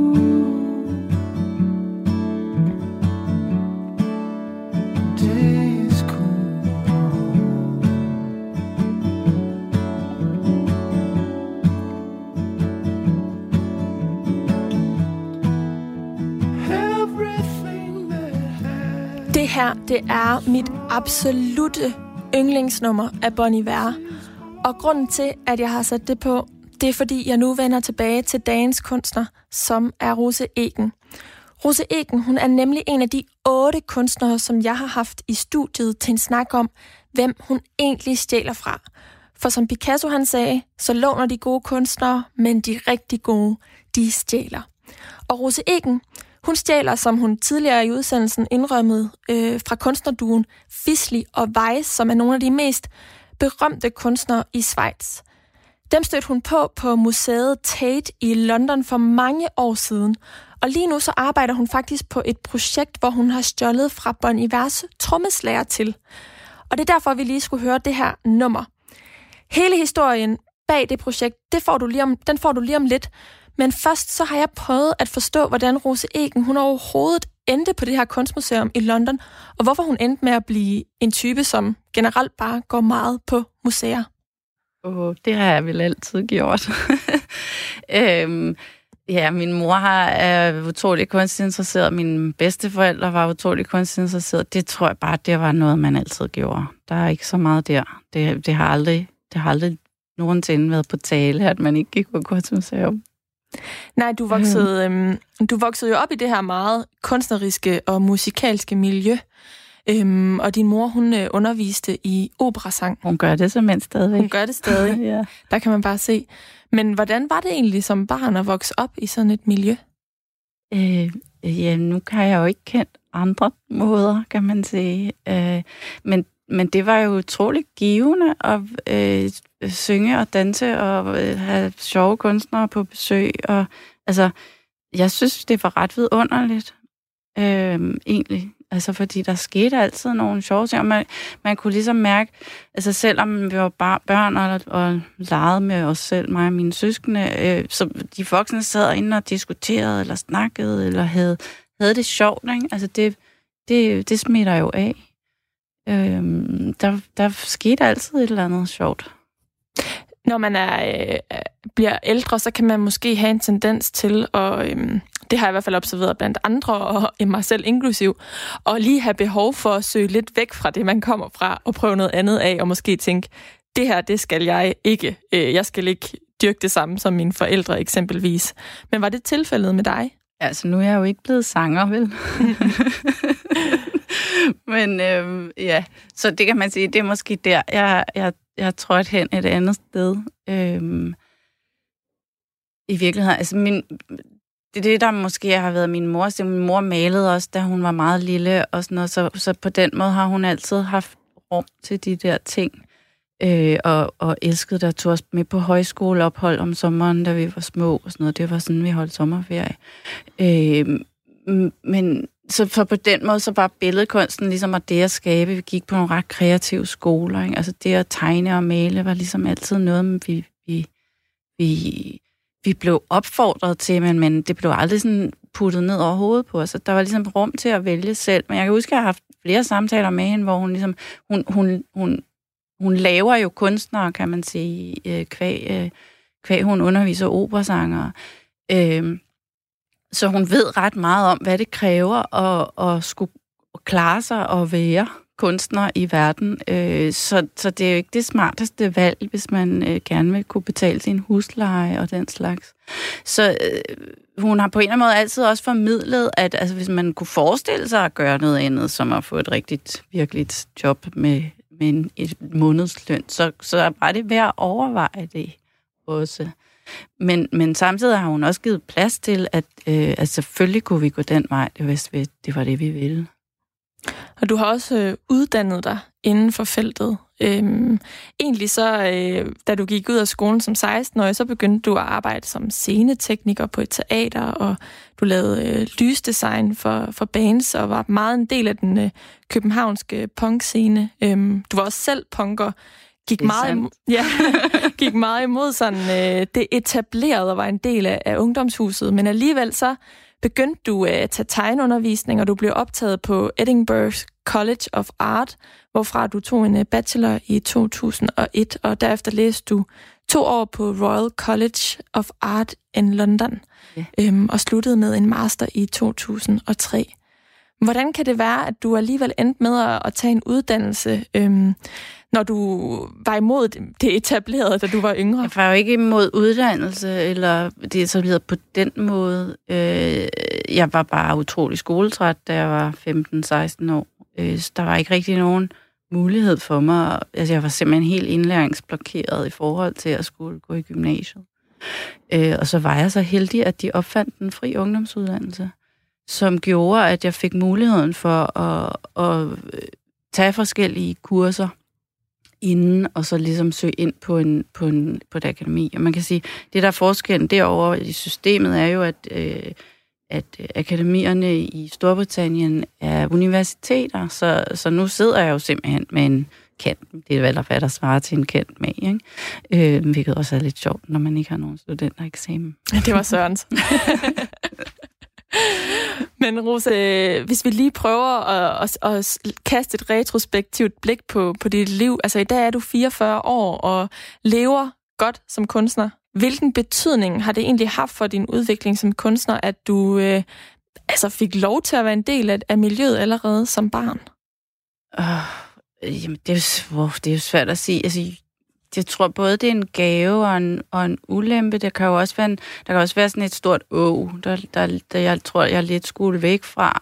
days cool. Everything that Det her, det er mit absolutte yndlingsnummer af Bon Iver. Og grunden til, at jeg har sat det på, det er fordi, jeg nu vender tilbage til dagens kunstner, som er Rose Egen. Rose Egen, hun er nemlig en af de 8 kunstnere, som jeg har haft i studiet til en snak om, hvem hun egentlig stjæler fra. For som Picasso han sagde, så låner de gode kunstnere, men de rigtig gode, de stjæler. Og Rose Egen, hun stjæler, som hun tidligere i udsendelsen indrømmede, fra kunstnerduoen Fisli og Weiss, som er nogle af de mest berømte kunstnere i Schweiz. Dem stødte hun på museet Tate i London for mange år siden. Og lige nu så arbejder hun faktisk på et projekt, hvor hun har stjålet fra Bon Ivers trommeslager til. Og det er derfor, vi lige skulle høre det her nummer. Hele historien bag det projekt, den får du lige om lidt. Men først så har jeg prøvet at forstå, hvordan Rose Egen hun overhovedet endte på det her kunstmuseum i London, og hvorfor hun endte med at blive en type, som generelt bare går meget på museer. Det har jeg vel altid gjort. Ja, min mor er utrolig kunstinteresseret, mine bedsteforældre var utrolig kunstinteresseret. Det tror jeg bare, det var noget, man altid gjorde. Der er ikke så meget der. Det har aldrig nogensinde været på tale, at man ikke gik på kunstmuseum. Nej, du voksede jo op i det her meget kunstneriske og musikalske miljø. Og din mor, hun underviste i operasang. Hun gør det simpelthen stadigvæk. Hun gør det stadig. Ja. Der kan man bare se. Men hvordan var det egentlig som barn at vokse op i sådan et miljø? Ja, nu kan jeg jo ikke kende andre måder, kan man sige. Men det var jo utroligt givende at synge og danse og have sjove kunstnere på besøg. Og, altså, jeg synes, det var ret vidunderligt, egentlig. Altså, fordi der skete altid nogle sjove ting, og man kunne ligesom mærke, altså selvom vi var børn og legede med os selv, mig og mine søskende, så de voksne sad inde og diskuterede, eller snakkede, eller havde det sjovt, ikke? Altså, det smitter jo af. Der skete altid et eller andet sjovt. Når man bliver ældre, så kan man måske have en tendens til, og det har jeg i hvert fald observeret blandt andre, og mig selv inklusiv, og lige have behov for at søge lidt væk fra det, man kommer fra, og prøve noget andet af, og måske tænke, det her, det skal jeg ikke. Jeg skal ikke dyrke det samme som mine forældre eksempelvis. Men var det tilfældet med dig? Altså, nu er jeg jo ikke blevet sanger, vel? Men ja, så det kan man sige, det er måske der, jeg tror hen et andet sted. I virkeligheden, altså det der måske har været min mor, så min mor malede også, da hun var meget lille og sådan noget, så på den måde har hun altid haft rum til de der ting, og elskede der tog os med på højskoleophold om sommeren, da vi var små og sådan noget. Det var sådan, vi holdt sommerferie. Så på den måde, så var billedkunsten ligesom at det at skabe. Vi gik på nogle ret kreative skoler, ikke? Altså det at tegne og male var ligesom altid noget, vi blev opfordret til, men det blev aldrig sådan puttet ned over hovedet på os. Så der var ligesom rum til at vælge selv. Men jeg kan huske, at jeg har haft flere samtaler med hende, hvor hun ligesom, hun laver jo kunstnere, kan man sige, kvæg hun underviser operasangere. Så hun ved ret meget om, hvad det kræver at skulle klare sig og være kunstner i verden. Så det er jo ikke det smarteste valg, hvis man gerne vil kunne betale sin husleje og den slags. Så hun har på en eller anden måde altid også formidlet, at altså, hvis man kunne forestille sig at gøre noget andet, som at få et rigtigt, virkeligt job med et månedsløn, så var det værd at overveje det også. Men samtidig har hun også givet plads til, at selvfølgelig kunne vi gå den vej, hvis det var det, vi ville. Og du har også uddannet dig inden for feltet. Egentlig så, da du gik ud af skolen som 16-årig, så begyndte du at arbejde som scenetekniker på et teater, og du lavede lysdesign for bands, og var meget en del af den københavnske punkscene. Du var også selv punker, gik meget imod sådan det etablerede og var en del af ungdomshuset, men alligevel så begyndte du at tage tegneundervisning, og du blev optaget på Edinburgh College of Art, hvorfra du tog en bachelor i 2001, og derefter læste du 2 år på Royal College of Art in London, og sluttede med en master i 2003. Hvordan kan det være, at du alligevel endte med at tage en uddannelse, når du var imod det etablerede, da du var yngre? Jeg var jo ikke imod uddannelse, eller det etablerede på den måde. Jeg var bare utrolig skoletræt, da jeg var 15-16 år. Så der var ikke rigtig nogen mulighed for mig. Altså, jeg var simpelthen helt indlæringsblokeret i forhold til at skulle gå i gymnasiet. Og så var jeg så heldig, at de opfandt en fri ungdomsuddannelse, som gjorde, at jeg fik muligheden for at tage forskellige kurser inden, og så ligesom søge ind på et akademi. Og man kan sige, det der er forskellen derovre i systemet er jo, at akademierne i Storbritannien er universiteter, så nu sidder jeg jo simpelthen med en kant. Det er vel, hvad der svarer til en kant med, ikke? Hvilket også er lidt sjovt, når man ikke har nogen studentereksamen. Det var Sørens. Men Rosa, hvis vi lige prøver at kaste et retrospektivt blik på dit liv. Altså i dag er du 44 år og lever godt som kunstner. Hvilken betydning har det egentlig haft for din udvikling som kunstner, at du fik lov til at være en del af miljøet allerede som barn? Jamen, det er jo svært at sige. Altså, jeg tror både, det er en gave og en ulempe. Der kan jo også være sådan et stort der jeg tror, jeg lidt skulle væk fra,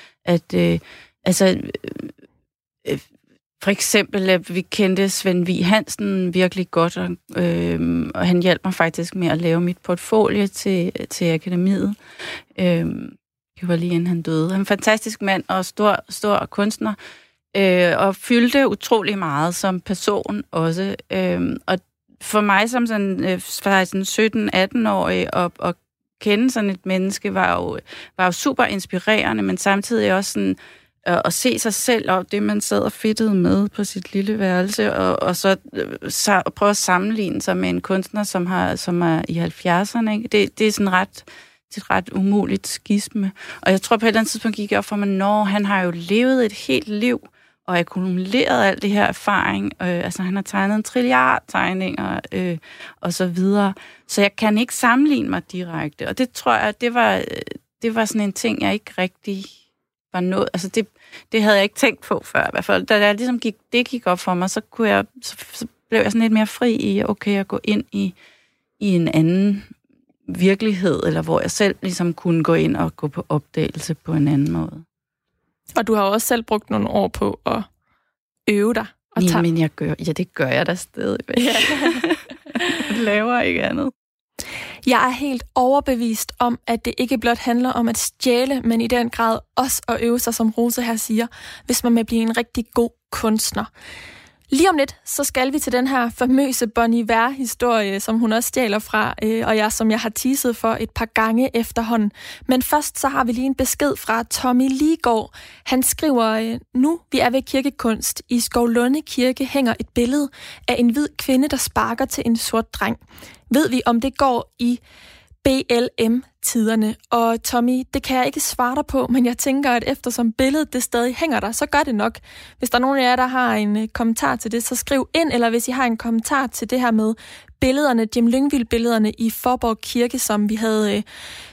for eksempel, at vi kendte Svend Vig Hansen virkelig godt, og han hjalp mig faktisk med at lave mit portfolio til akademiet. Det var lige inden han døde. Han er en fantastisk mand og stor kunstner, og fyldte utrolig meget som person også. Og for mig som sådan 17-18-årig at kende sådan et menneske var jo super inspirerende, men samtidig også sådan at se sig selv og det, man sad og fedtede med på sit lille værelse, og så prøve at sammenligne sig med en kunstner, som er i 70'erne. Ikke? Det er sådan ret umuligt skisme. Og jeg tror på et eller andet tidspunkt gik jeg op for mig, når han har jo levet et helt liv og akkumuleret al det her erfaring. Han har tegnet en trilliard tegninger og så videre. Så jeg kan ikke sammenligne mig direkte. Og det tror jeg, det var sådan en ting, jeg ikke rigtig var nået. Altså det havde jeg ikke tænkt på før i hvert fald. Da jeg ligesom gik op for mig, så blev jeg sådan lidt mere fri i, at gå ind i en anden virkelighed, eller hvor jeg selv ligesom kunne gå ind og gå på opdagelse på en anden måde. Og du har også selv brugt nogle år på at øve dig. Men det gør jeg da stadigvæk. Ja. Jeg laver ikke andet. Jeg er helt overbevist om, at det ikke blot handler om at stjæle, men i den grad også at øve sig, som Rosa her siger, hvis man vil blive en rigtig god kunstner. Lige om lidt, så skal vi til den her famøse Bon Iver-historie, som hun også stjæler fra, og som jeg har teaset for et par gange efterhånden. Men først så har vi lige en besked fra Tommy Ligaard. Han skriver, nu vi er ved kirkekunst. I Skovlunde Kirke hænger et billede af en hvid kvinde, der sparker til en sort dreng. Ved vi, om det går i BLM-tiderne? Og Tommy, det kan jeg ikke svare dig på, men jeg tænker, at eftersom billedet det stadig hænger der, så gør det nok. Hvis der er nogen af jer, der har en kommentar til det, så skriv ind, eller hvis I har en kommentar til det her med billederne, Jim Lyngvild-billederne i Faaborg Kirke, som vi havde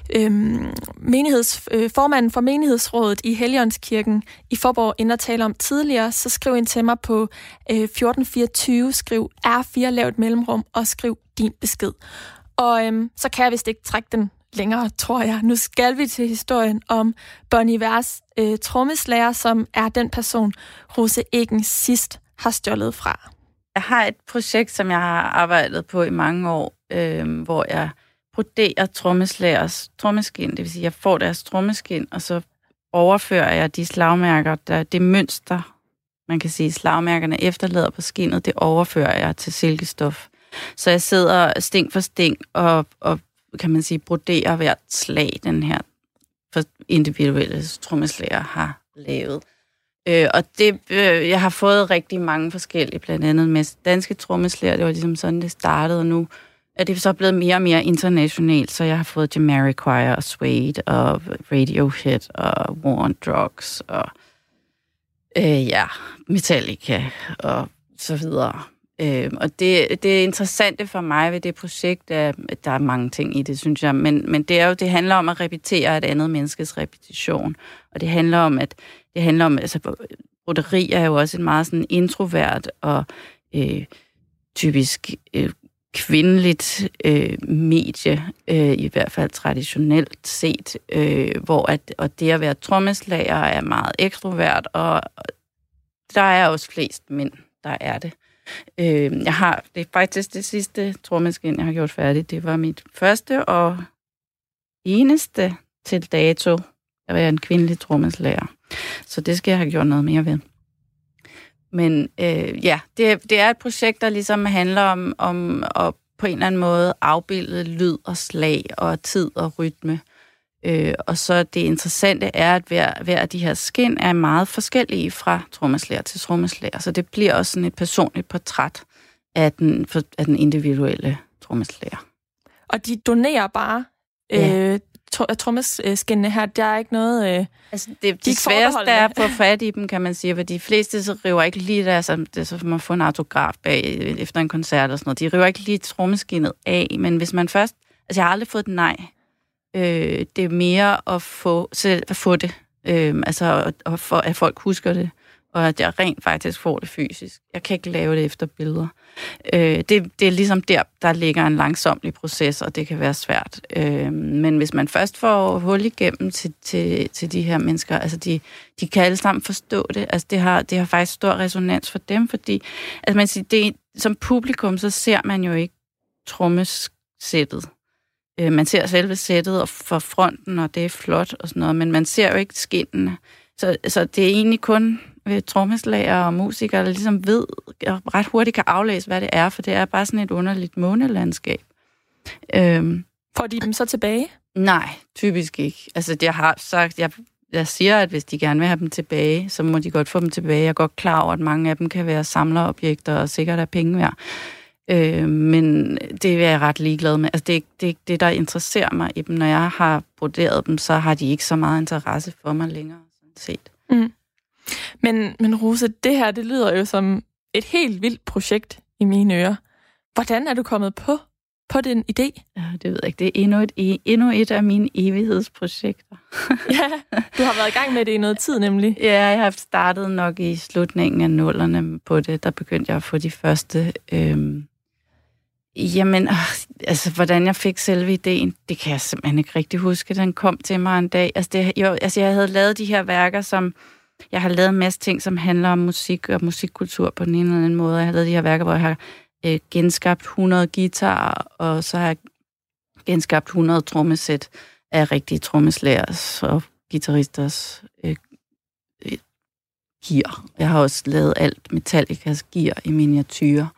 formanden for menighedsrådet i Helligåndskirken i Faaborg inde at tale om tidligere, så skriv ind til mig på 1424, skriv R4, lav et mellemrum, og skriv din besked. Og så kan jeg vist ikke trække den længere, tror jeg. Nu skal vi til historien om Bon Ivers trommeslager, som er den person, Rose Egen sidst har stjålet fra. Jeg har et projekt, som jeg har arbejdet på i mange år, hvor jeg broderer trommeslagers trommeskin. Det vil sige, at jeg får deres trommeskin, og så overfører jeg de slagmærker, det mønster, man kan sige, slagmærkerne efterlader på skinnet, det overfører jeg til silkestof. Så jeg sidder sting for sting og kan man sige, broderer hvert slag, den her individuelle trommeslager har lavet. Og det, jeg har fået rigtig mange forskellige, blandt andet med danske trommeslager, det var ligesom sådan, det startede, og nu er det så blevet mere og mere internationalt, så jeg har fået Jamiroquai og Suede og Radiohead og War on Drugs og Metallica og så videre. Og det interessante for mig ved det projekt er, at der er mange ting i det, synes jeg, men det handler om at repetere et andet menneskes repetition, og det handler om altså broderi er jo også en meget sådan introvert og typisk kvindeligt medie, i hvert fald traditionelt set, og det at være trommeslager er meget ekstrovert, og der er også flest mænd, der er det. Det er faktisk det sidste trommeskin, jeg har gjort færdigt. Det var mit første og eneste til dato, at være en kvindelig trommeslager. Så det skal jeg have gjort noget mere ved. Men det er et projekt, der ligesom handler om at på en eller anden måde afbilde lyd og slag og tid og rytme. Og så det interessante er, at hver af de her skin er meget forskellige fra trommeslager til trommeslager. Så det bliver også sådan et personligt portræt af den individuelle trommeslager. Og de donerer bare trommeskinne her. Der er ikke noget... det sværeste er at få fat i dem, kan man sige. For de fleste så river ikke lige så man får en autograf bag efter en koncert og sådan noget. De river ikke lige trommeskinnet af. Men hvis man først... Altså, jeg har aldrig fået et nej. Det er mere at få det. For at folk husker det. Og at jeg rent faktisk får det fysisk. Jeg kan ikke lave det efter billeder. Det er ligesom der ligger en langsomlig proces, og det kan være svært. Men hvis man først får hul igennem til de her mennesker, altså de kan alle sammen forstå det. Altså det har faktisk stor resonans for dem, fordi altså man siger, som publikum, så ser man jo ikke trommesættet. Man ser selve sættet og for fronten, og det er flot og sådan noget, men man ser jo ikke skinnene. Så det er egentlig kun trommeslager og musikere, der ligesom ved og ret hurtigt kan aflæse, hvad det er, for det er bare sådan et underligt månelandskab. Får de dem så tilbage? Nej, typisk ikke. Altså, jeg har sagt, jeg siger, at hvis de gerne vil have dem tilbage, så må de godt få dem tilbage. Jeg er godt klar over, at mange af dem kan være samlerobjekter og sikkert er penge værd. Men det er jeg ret ligeglad med. Altså, det er ikke det, der interesserer mig i dem. Når jeg har broderet dem, så har de ikke så meget interesse for mig længere, sådan set. Mm. Men Rose, det her, det lyder jo som et helt vildt projekt i mine ører. Hvordan er du kommet på den idé? Ja, det ved jeg ikke. Det er endnu et af mine evighedsprojekter. Ja, du har været i gang med det i noget tid, nemlig. Ja, jeg har startet nok i slutningen af 00'erne på det. Der begyndte jeg at få de første... hvordan jeg fik selve ideen, det kan jeg simpelthen ikke rigtig huske. Den kom til mig en dag. Jeg havde lavet de her værker, som... Jeg har lavet en masse ting, som handler om musik og musikkultur på den ene eller anden måde. Jeg har lavet de her værker, hvor jeg har genskabt 100 guitarer, og så har jeg genskabt 100 trommesæt af rigtige trommeslagers og guitaristers gear. Jeg har også lavet alt Metallicas gear i miniatyre.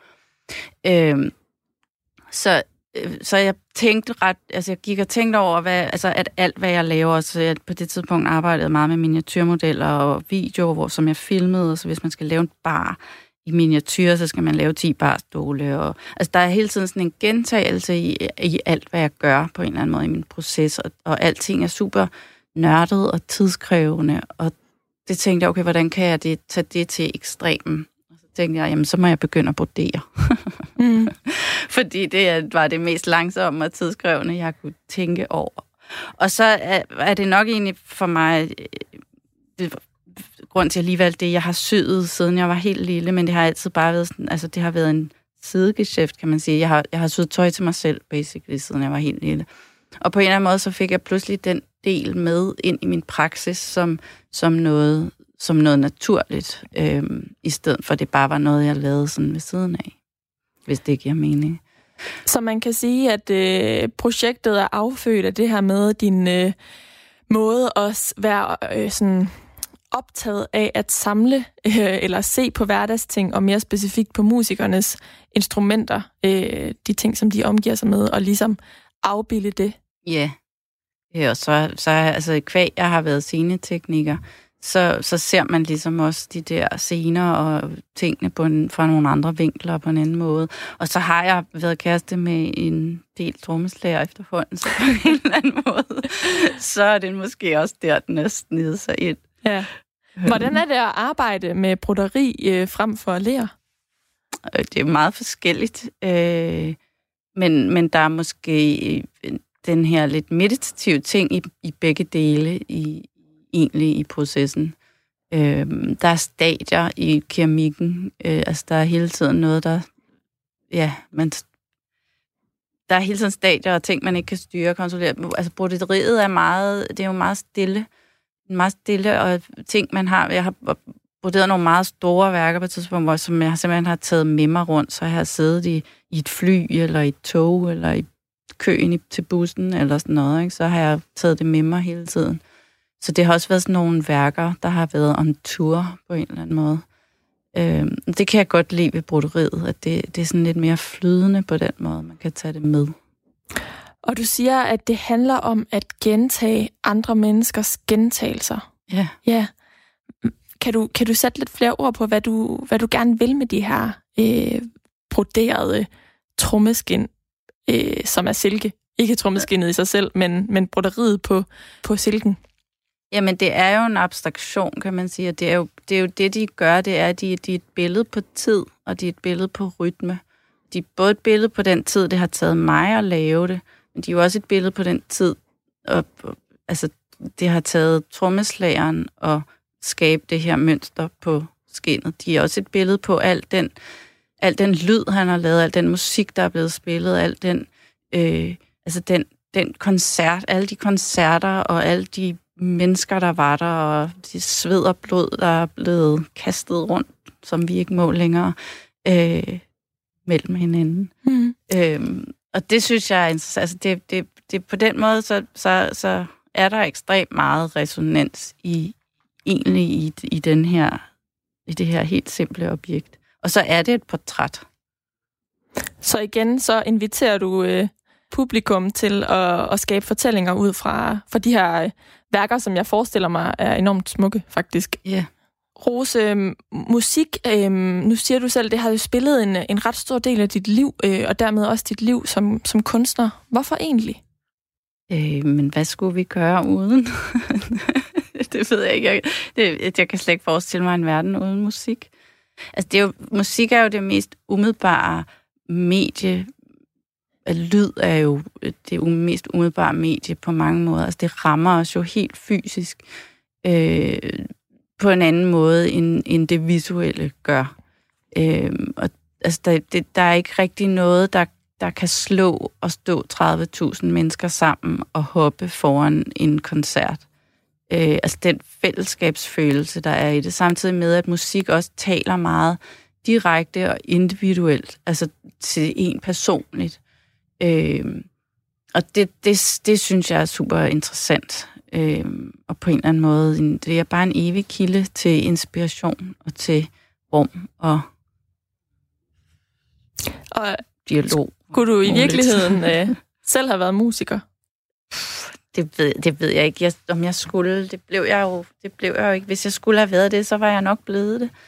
Så jeg tænkte jeg gik og tænkte over, at alt, hvad jeg laver, så jeg på det tidspunkt arbejdede meget med miniatyrmodeller og videoer, som jeg filmede, så hvis man skal lave en bar i miniatyr, så skal man lave 10 barstole. Og, altså, der er hele tiden sådan en gentagelse i alt, hvad jeg gør på en eller anden måde i min proces, og alting er super nørdet og tidskrævende, og det tænkte jeg, okay, hvordan kan jeg tage det til ekstremen? Og så tænkte jeg, jamen, så må jeg begynde at brodere. Fordi det var det mest langsomme og tidskrævende, jeg kunne tænke over. Og så er det nok egentlig for mig grund til alligevel det, jeg har syet, siden jeg var helt lille, men det har altid bare været sådan, altså det har været en sidegeschæft, kan man sige. Jeg har syet tøj til mig selv, basically, siden jeg var helt lille. Og på en eller anden måde, så fik jeg pludselig den del med ind i min praksis, som noget naturligt, i stedet for det bare var noget, jeg lavede sådan ved siden af, hvis det giver mening. Så man kan sige, at projektet er affødt af det her med din måde at være sådan optaget af at samle eller se på hverdagsting, og mere specifikt på musikernes instrumenter, de ting, som de omgiver sig med, og ligesom afbilde det. Ja. Ja, og så altså kvæg, jeg har været scenetekniker, så ser man ligesom også de der scener og tingene fra nogle andre vinkler på en anden måde. Og så har jeg været kæreste med en del trommeslager efterhånden, så på en eller anden måde, så er det måske også der, den er snedet sig ind. Ja. Hvordan er det at arbejde med broderi frem for ler? Det er meget forskelligt, men der er måske den her lidt meditative ting i begge dele egentlig i processen. Der er stadier i keramikken. Altså, der er hele tiden noget, der er hele tiden stadier og ting, man ikke kan styre og kontrollere. Altså, broderiet det er jo meget stille. Meget stille, og ting, man har... Jeg har broderet nogle meget store værker på et tidspunkt, som jeg simpelthen har taget med mig rundt, så jeg har siddet i et fly, eller i et tog, eller i køen til bussen, eller sådan noget, ikke? Så har jeg taget det med mig hele tiden. Så det har også været sådan nogle værker, der har været on tour på en eller anden måde. Det kan jeg godt lide ved broderiet, at det er sådan lidt mere flydende på den måde, man kan tage det med. Og du siger, at det handler om at gentage andre menneskers gentagelser. Ja. Ja. Kan du sætte lidt flere ord på, hvad du gerne vil med de her broderede trommeskin, som er silke? Ikke trommeskinnet i sig selv, men broderiet på silken. Jamen, det er jo en abstraktion, kan man sige. Og det er jo det, de gør, det er, at de er et billede på tid, og de er et billede på rytme. De er både et billede på den tid, det har taget mig at lave det, men de er jo også et billede på den tid, og altså, det har taget trommeslageren og skabe det her mønster på skinnet. De er også et billede på al den lyd, han har lavet, al den musik, der er blevet spillet, al den, den koncert, alle de koncerter og alle de mennesker, der var der, og de sved og blod, der er blevet kastet rundt, som vi ikke må længere mellem hinanden. Og det synes jeg er interessant. Altså det på den måde, så er der ekstremt meget resonans i det her helt simple objekt. Og så er det et portræt. Så igen, så inviterer du publikum til at skabe fortællinger ud fra de her værker, som jeg forestiller mig er enormt smukke, faktisk. Ja. Yeah. Rose, musik, nu siger du selv, det har jo spillet en ret stor del af dit liv, og dermed også dit liv som kunstner. Hvorfor egentlig? Men hvad skulle vi gøre uden? Det ved jeg ikke. Jeg kan slet ikke forestille mig en verden uden musik. Altså, musik er jo det mest umiddelbare medie. Lyd er jo det mest umiddelbare medie på mange måder. Altså, det rammer os jo helt fysisk på en anden måde, end det visuelle gør. Og altså, der er ikke rigtig noget, der kan slå og stå 30.000 mennesker sammen og hoppe foran en koncert. Altså den fællesskabsfølelse, der er i det, samtidig med, at musik også taler meget direkte og individuelt, altså til en personligt. Og det synes jeg er super interessant. Og på en eller anden måde, det er bare en evig kilde til inspiration og til rum og dialog. Kunne du i virkeligheden selv have været musiker? Det ved jeg ikke. Om jeg skulle, det blev jeg jo ikke. Hvis jeg skulle have været det, så var jeg nok blevet det.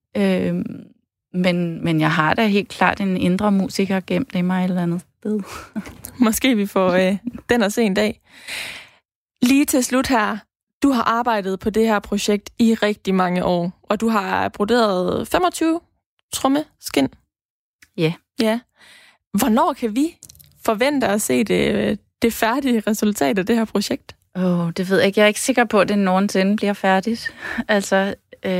Men jeg har da helt klart en indre musiker gemt i mig et eller andet sted. Måske vi får den at se en dag. Lige til slut her. Du har arbejdet på det her projekt i rigtig mange år, og du har broderet 25 trommeskin. Ja. Ja. Hvornår kan vi forvente at se det færdige resultat af det her projekt? Det ved jeg ikke. Jeg er ikke sikker på, at det nogensinde bliver færdigt. Altså,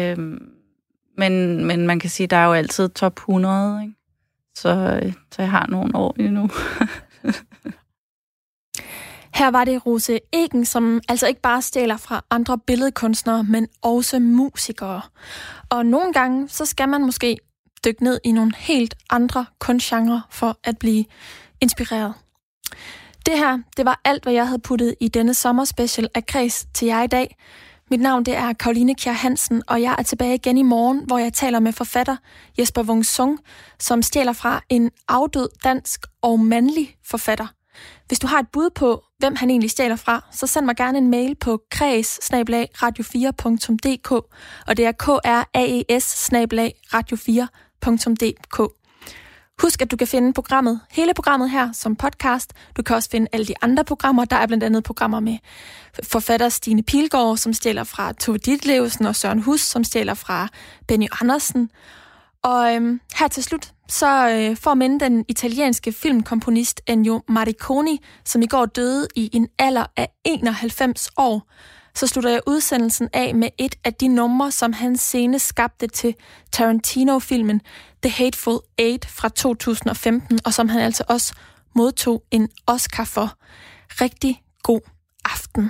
men man kan sige, at der er jo altid top 100, ikke? Så jeg har nogle år endnu. Her var det Rose Egen, som altså ikke bare stjæler fra andre billedkunstnere, men også musikere. Og nogle gange, så skal man måske dykke ned i nogle helt andre kunstgenre for at blive inspireret. Det her, det var alt, hvad jeg havde puttet i denne sommerspecial af Kreds til jer i dag. Mit navn, det er Caroline Kjær Hansen, og jeg er tilbage igen i morgen, hvor jeg taler med forfatter Jesper Wung Sung, som stjæler fra en afdød dansk og mandlig forfatter. Hvis du har et bud på, hvem han egentlig stjæler fra, så send mig gerne en mail på kreds@radio4.dk, og det er kraes@radio4.dk. Husk, at du kan finde hele programmet her som podcast. Du kan også finde alle de andre programmer. Der er blandt andet programmer med forfatter Stine Pilgaard, som stjæler fra Tove Ditlevsen, og Søren Hus, som stjæler fra Benny Andersen. Og her til slut, så for at minde den italienske filmkomponist Ennio Morricone, som i går døde i en alder af 91 år, så slutter jeg udsendelsen af med et af de numre, som han senest skabte til Tarantino-filmen The Hateful Eight fra 2015, og som han altså også modtog en Oscar for. Rigtig god aften.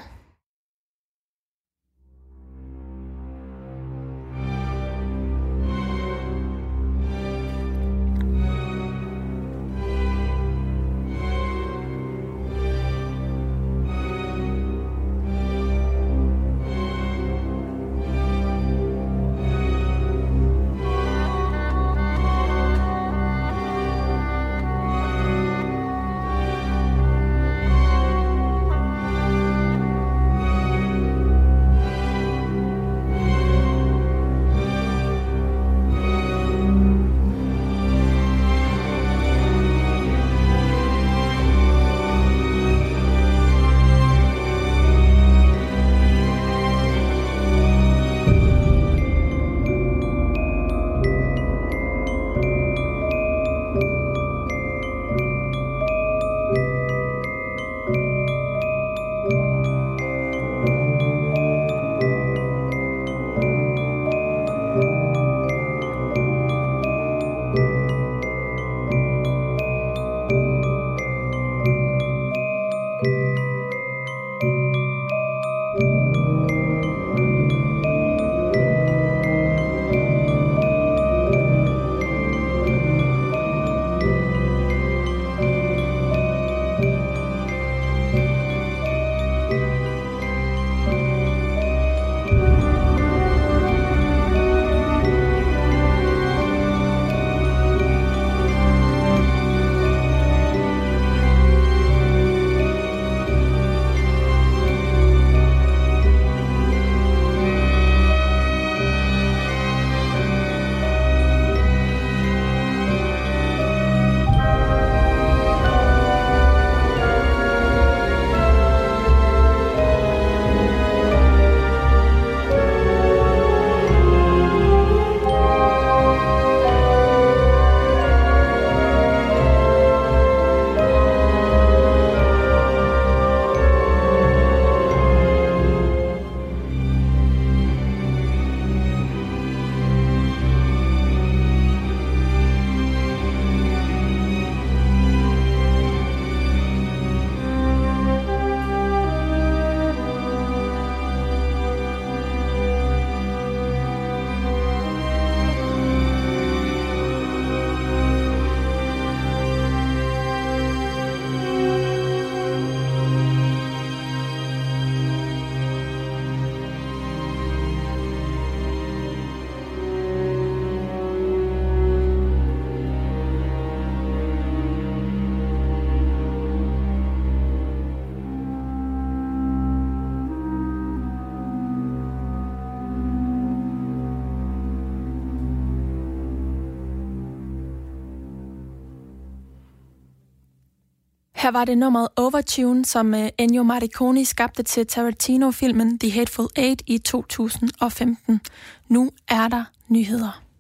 Her var det nummeret Overtune, som Ennio Morricone skabte til Tarantino-filmen The Hateful Eight i 2015. Nu er der nyheder.